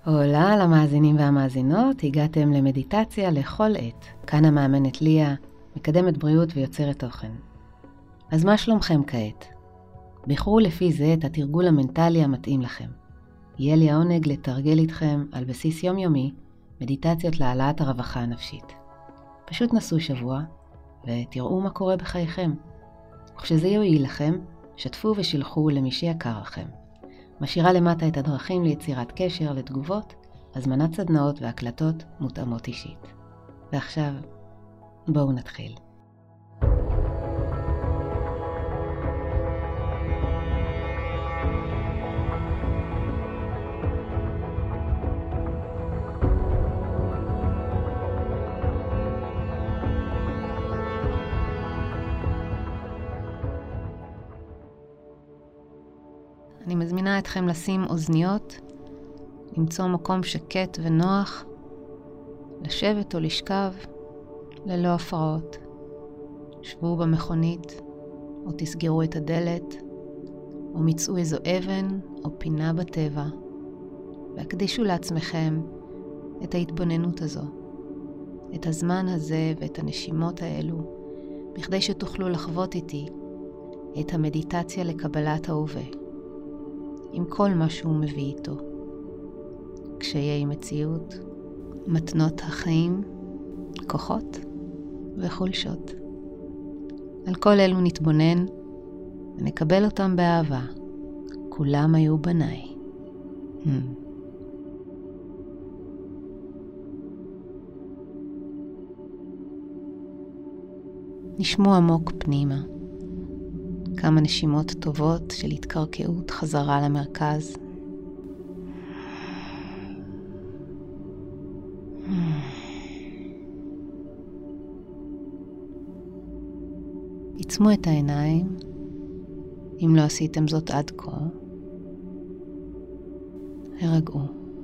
הולה למאזינים והמאזינות, הגעתם למדיטציה לכל עת. כאן המאמנת ליה, מקדמת בריאות ויוצרת תוכן. אז מה שלומכם כעת? בחרו לפי זה את התרגול המנטלי המתאים לכם. יהיה לי העונג לתרגל איתכם על בסיס יומיומי מדיטציות להעלאת הרווחה הנפשית. פשוט נסו שבוע ותראו מה קורה בחייכם. וכשזה יועיל לכם, שתפו ושילחו למי שיקר לכם. משאירה למטה את הדרכים ליצירת קשר, לתגובות, הזמנת סדנאות והקלטות מותאמות אישית. ועכשיו, בואו נתחיל. אני מזמינה אתכם לשים אוזניות, למצוא מקום שקט ונוח, לשבת או לשכב ללא הפרעות. שבו במכונית או תסגרו את הדלת או מצאו איזו אבן או פינה בטבע והקדישו לעצמכם את ההתבוננות הזו, את הזמן הזה ואת הנשימות האלו, בכדי שתוכלו לחוות איתי את המדיטציה לקבלת ההווה. עם כל מה שהוא מביא איתו. קשיי מציאות, מתנות החיים, כוחות וחולשות. על כל אלו נתבונן ונקבל אותם באהבה. כולם היו בניי. נשמו עמוק פנימה. כמה נשימות טובות של התקרקעות חזרה למרכז. עצמו את העיניים, אם לא עשיתם זאת עד כה. הרגעו.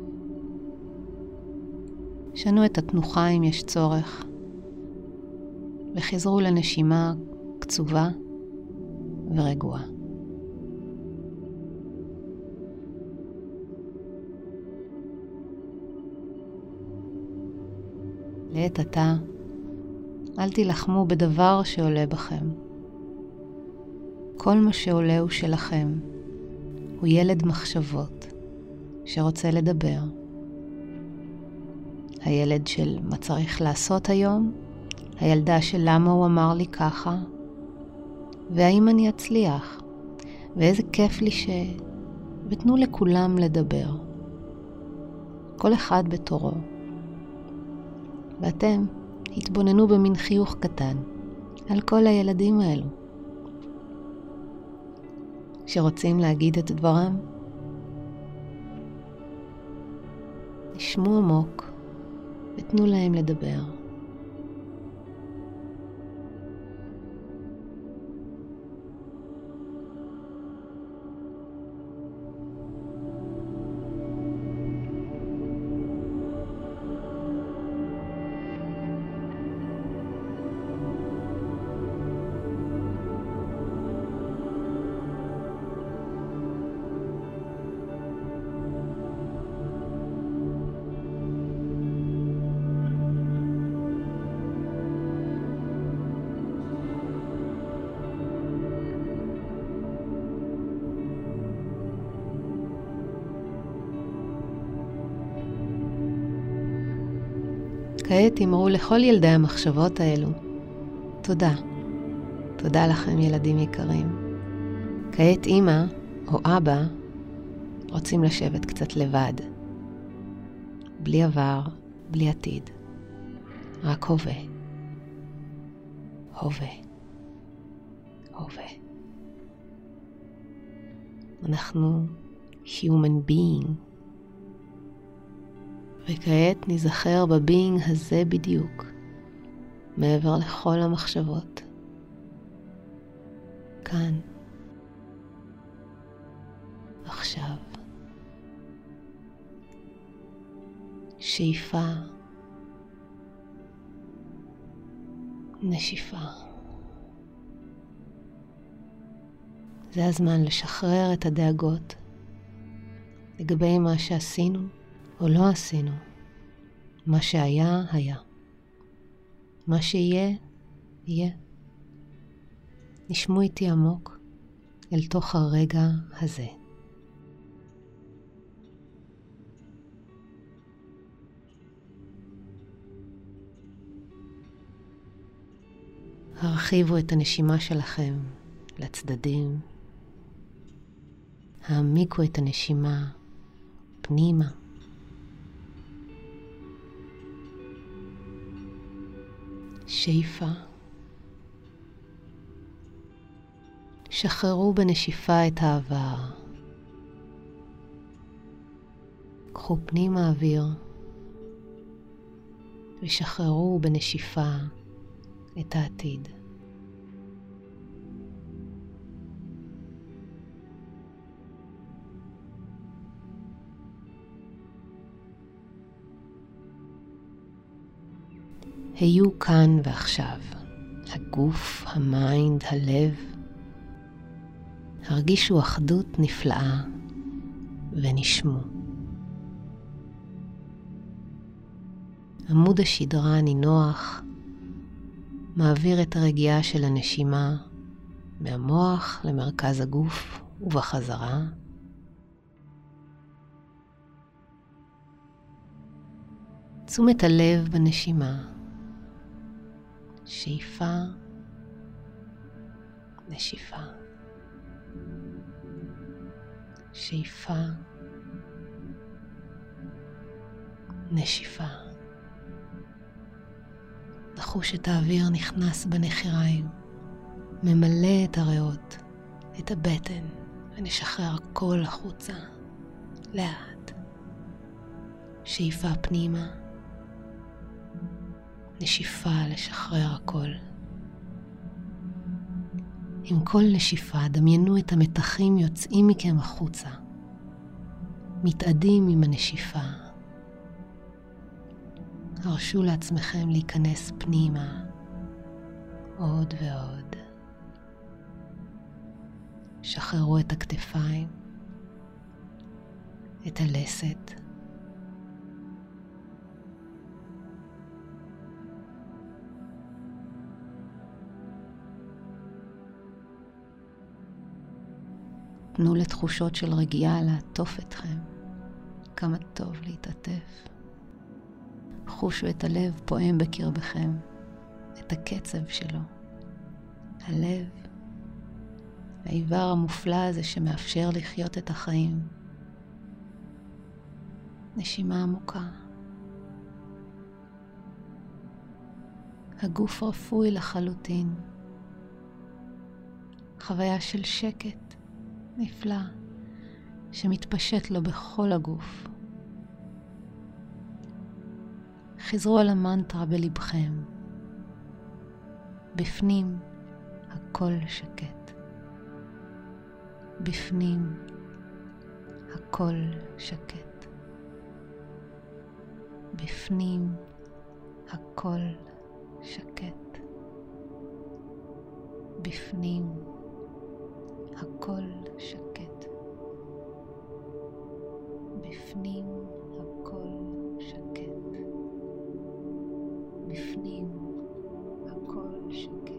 שנו את התנוחה אם יש צורך, וחזרו לנשימה קצובה ורגועה. לעת עתה, אל תילחמו בדבר שעולה בכם. כל מה שעולה הוא שלכם. הוא ילד מחשבות שרוצה לדבר. הילד של מה צריך לעשות היום, הילדה של למה הוא אמר לי ככה, והאם אני אצליח, ואיזה כיף לי ותנו לכולם לדבר. כל אחד בתורו. ואתם התבוננו במין חיוך קטן על כל הילדים האלו. שרוצים להגיד את דברם, נשמו עמוק ותנו להם לדבר. כעת אמרו לכל ילדי המחשבות האלו, תודה. תודה לכם ילדים יקרים. כעת אמא או אבא רוצים לשבת קצת לבד. בלי עבר, בלי עתיד. רק הווה. הווה. הווה. אנחנו human being. וכעת נזכר בביינג הזה בדיוק, מעבר לכל המחשבות. כאן. עכשיו. שאיפה. נשיפה. זה הזמן לשחרר את הדאגות לגבי מה שעשינו או לא עשינו. מה שהיה, היה. מה שיהיה, יהיה. נשמו איתי עמוק אל תוך הרגע הזה. הרחיבו את הנשימה שלכם לצדדים. העמיקו את הנשימה פנימה. שאיפה. שחררו בנשיפה את העבר. קחו פנימה אוויר ושחררו בנשיפה את העתיד. היו כאן ועכשיו, הגוף, המיינד, הלב. הרגישו אחדות נפלאה ונשמו. עמוד השדרה נינוח, מעביר את הרגיעה של הנשימה מהמוח למרכז הגוף ובחזרה. תשומת הלב בנשימה. שאיפה, נשיפה. שאיפה, נשיפה. לחוש את האוויר נכנס בנחיריים, ממלא את הריאות, את הבטן, ונשחרר הכל החוצה, לאט. שאיפה פנימה, נשיפה לשחרר הכל. עם כל נשיפה דמיינו את המתחים יוצאים מכם החוצה, מתאדים עם הנשיפה. הרשו לעצמכם להיכנס פנימה עוד ועוד. שחררו את הכתפיים, את הלסת. תנו לתחושות של רגיעה לעטוף אתכם. כמה טוב להתעטף. חושו את הלב פועם בקרבכם, את הקצב שלו. הלב, האיבר המופלא הזה שמאפשר לחיות את החיים. נשימה עמוקה. הגוף רפוי לחלוטין. חוויה של שקט נפלא שמתפשט לו בכל הגוף. חזרו על המנטרה בלבכם. בפנים הכל שקט. בפנים הכל שקט. בפנים הכל שקט. בפנים הכל שקט. בפנים הכל שקט. בפנים הכל שקט.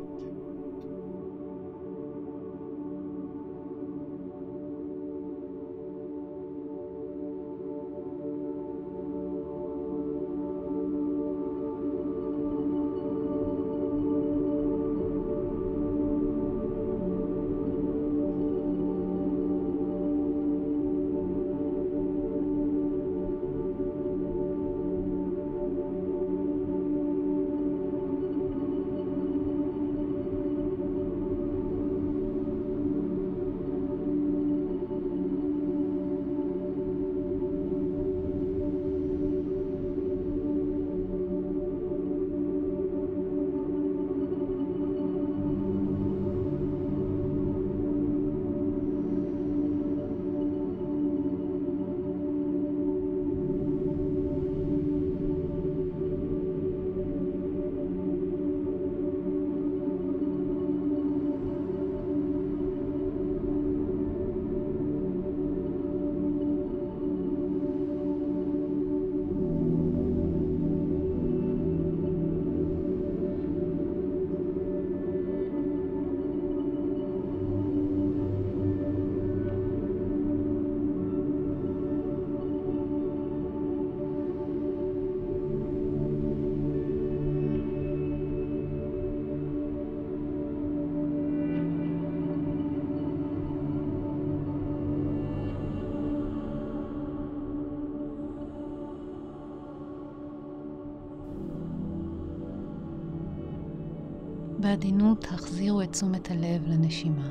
בעדינות החזירו את תשומת הלב לנשימה.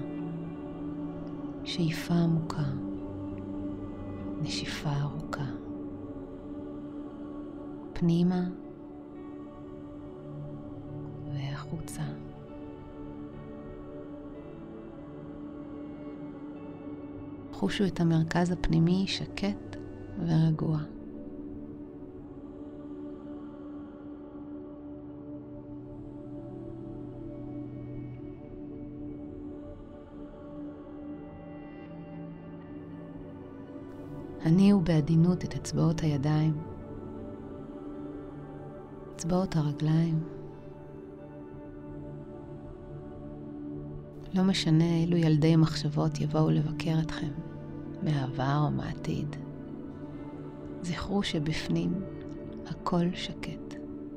שאיפה עמוקה, נשיפה ארוכה. פנימה והחוצה. חושו את המרכז הפנימי שקט ורגוע. הניעו בעדינות את אצבעות הידיים, אצבעות הרגליים. לא משנה אילו ילדי מחשבות יבואו לבקר אתכם, מהעבר או מהעתיד. זכרו שבפנים הכל שקט.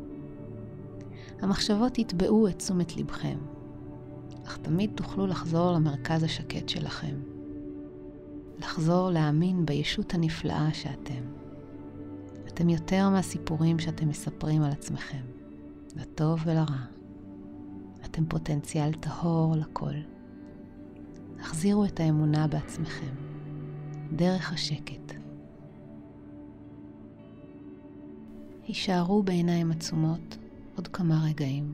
המחשבות יטבעו את תשומת לבכם, אך תמיד תוכלו לחזור למרכז השקט שלכם. לחזור להאמין בישות הנפלאה שאתם. אתם יותר מהסיפורים שאתם מספרים על עצמכם, לטוב ולרע. אתם פוטנציאל טהור לכל. החזירו את האמונה בעצמכם, דרך השקט. הישארו בעיניים עצומות עוד כמה רגעים.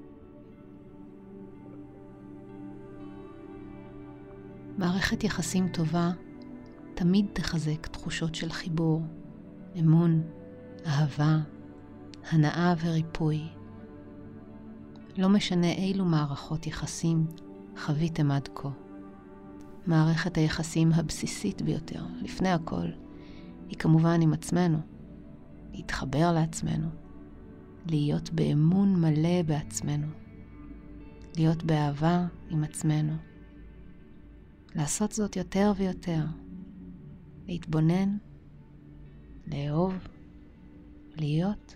מערכת יחסים טובה תמיד תחזק תחושות של חיבור, אמון, אהבה, הנאה וריפוי. לא משנה אילו מערכות יחסים חוויתם עד כה. מערכת היחסים הבסיסית ביותר, לפני הכל, היא כמובן עם עצמנו. להתחבר לעצמנו, להיות באמון מלא בעצמנו, להיות באהבה עם עצמנו. לעשות זאת יותר ויותר, להתבונן, לאהוב, להיות.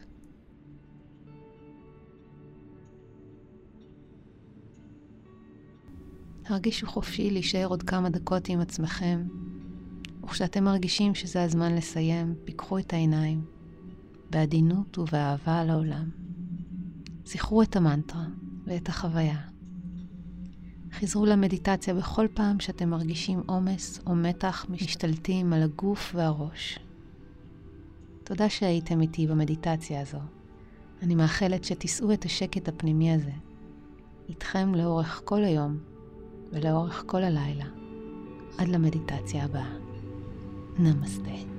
הרגישו חופשי להישאר עוד כמה דקות עם עצמכם, וכשאתם מרגישים שזה הזמן לסיים, פיקחו את העיניים, בעדינות ובאהבה לעולם. זכרו את המנטרה ואת החוויה. חזרו למדיטציה בכל פעם שאתם מרגישים עומס או מתח משתלטים על הגוף והראש. תודה שהייתם איתי במדיטציה הזו. אני מאחלת שתישאו את השקט הפנימי הזה איתכם לאורך כל היום ולאורך כל הלילה, עד למדיטציה הבאה. נמסטה.